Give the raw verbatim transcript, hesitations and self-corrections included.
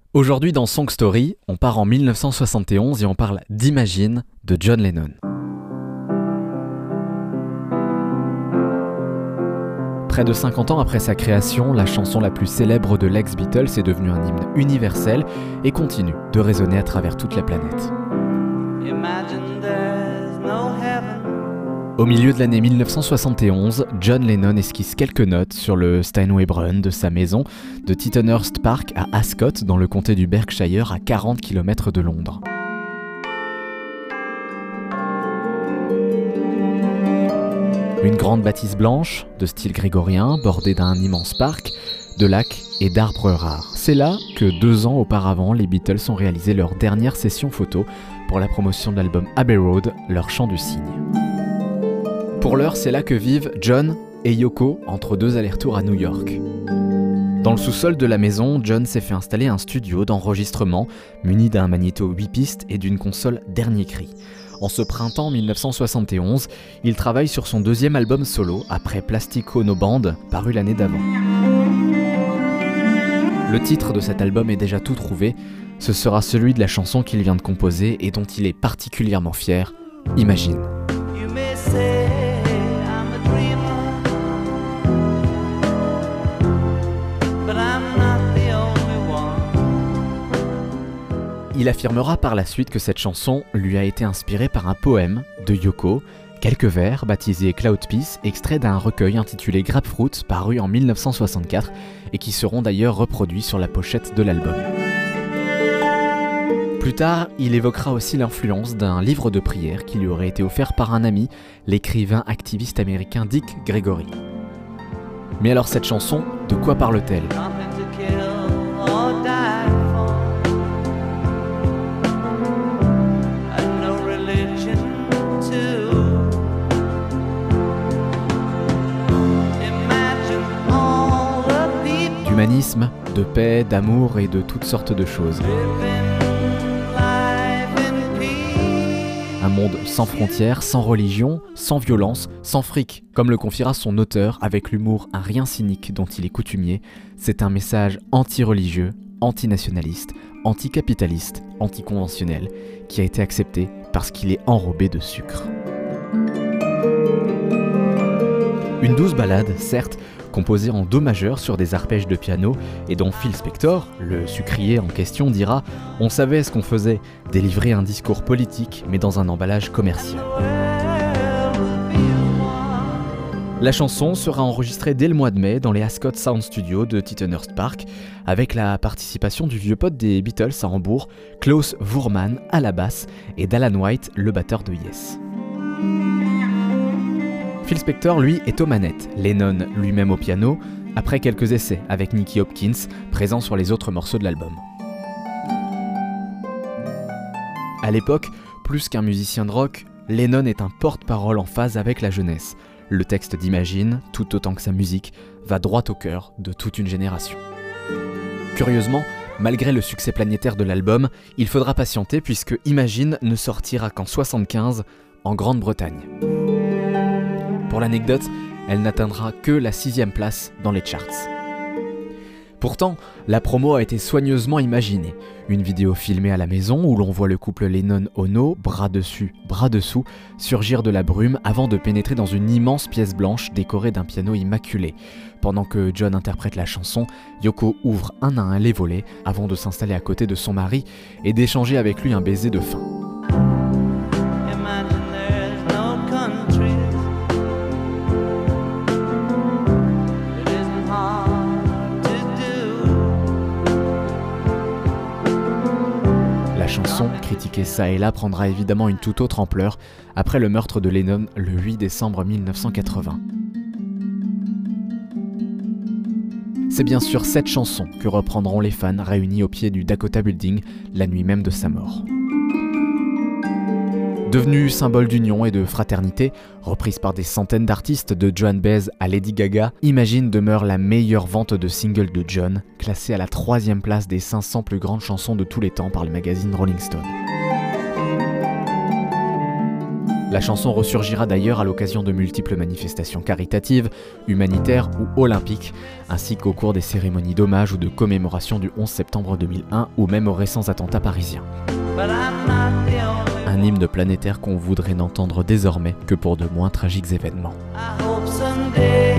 Aujourd'hui dans Song Story, on part en mille neuf cent soixante et onze et on parle d'Imagine de John Lennon. Près de cinquante ans après sa création, la chanson la plus célèbre de l'ex-Beatles est devenue un hymne universel et continue de résonner à travers toute la planète. Au milieu de l'année mille neuf cent soixante et onze, John Lennon esquisse quelques notes sur le Steinway Run de sa maison de Tittenhurst Park à Ascot, dans le comté du Berkshire, à quarante kilomètres de Londres. Une grande bâtisse blanche, de style grégorien, bordée d'un immense parc, de lacs et d'arbres rares. C'est là que deux ans auparavant, les Beatles ont réalisé leur dernière session photo pour la promotion de l'album Abbey Road, leur chant du cygne. Pour l'heure, c'est là que vivent John et Yoko entre deux allers-retours à New York. Dans le sous-sol de la maison, John s'est fait installer un studio d'enregistrement muni d'un magnéto huit pistes et d'une console dernier cri. En ce printemps mille neuf cent soixante et onze, il travaille sur son deuxième album solo après Plastic Ono Band, paru l'année d'avant. Le titre de cet album est déjà tout trouvé, ce sera celui de la chanson qu'il vient de composer et dont il est particulièrement fier, Imagine. Il affirmera par la suite que cette chanson lui a été inspirée par un poème de Yoko, quelques vers baptisés Cloud Peace, extraits d'un recueil intitulé Grapefruit, paru en mille neuf cent soixante-quatre et qui seront d'ailleurs reproduits sur la pochette de l'album. Plus tard, il évoquera aussi l'influence d'un livre de prières qui lui aurait été offert par un ami, l'écrivain activiste américain Dick Gregory. Mais alors cette chanson, de quoi parle-t-elle ? D'humanisme, de paix, d'amour et de toutes sortes de choses. Un monde sans frontières, sans religion, sans violence, sans fric. Comme le confiera son auteur avec l'humour un rien cynique dont il est coutumier, c'est un message anti-religieux, anti-nationaliste, anti-capitaliste, anti-conventionnel, qui a été accepté parce qu'il est enrobé de sucre. Une douce ballade, certes, composée en do majeur sur des arpèges de piano et dont Phil Spector, le sucrier en question, dira « On savait ce qu'on faisait, délivrer un discours politique mais dans un emballage commercial ». La chanson sera enregistrée dès le mois de mai dans les Ascot Sound Studios de Tittenhurst Park avec la participation du vieux pote des Beatles à Hambourg, Klaus Voormann à la basse et d'Alan White, le batteur de Yes. Phil Spector, lui, est aux manettes, Lennon lui-même au piano, après quelques essais avec Nicky Hopkins, présent sur les autres morceaux de l'album. À l'époque, plus qu'un musicien de rock, Lennon est un porte-parole en phase avec la jeunesse. Le texte d'Imagine, tout autant que sa musique, va droit au cœur de toute une génération. Curieusement, malgré le succès planétaire de l'album, il faudra patienter puisque Imagine ne sortira qu'en soixante-quinze en Grande-Bretagne. Pour l'anecdote, elle n'atteindra que la sixième place dans les charts. Pourtant, la promo a été soigneusement imaginée. Une vidéo filmée à la maison où l'on voit le couple Lennon-Ono, bras dessus, bras dessous, surgir de la brume avant de pénétrer dans une immense pièce blanche décorée d'un piano immaculé. Pendant que John interprète la chanson, Yoko ouvre un à un les volets avant de s'installer à côté de son mari et d'échanger avec lui un baiser de fin. La chanson, critiquée ça et là, prendra évidemment une toute autre ampleur après le meurtre de Lennon le huit décembre mille neuf cent quatre-vingts. C'est bien sûr cette chanson que reprendront les fans réunis au pied du Dakota Building la nuit même de sa mort. Devenue symbole d'union et de fraternité, reprise par des centaines d'artistes de Joan Baez à Lady Gaga, Imagine demeure la meilleure vente de singles de John, classée à la troisième place des cinq cents plus grandes chansons de tous les temps par le magazine Rolling Stone. La chanson ressurgira d'ailleurs à l'occasion de multiples manifestations caritatives, humanitaires ou olympiques, ainsi qu'au cours des cérémonies d'hommage ou de commémoration du onze septembre deux mille un ou même aux récents attentats parisiens. Un hymne planétaire qu'on voudrait n'entendre désormais que pour de moins tragiques événements. I hope someday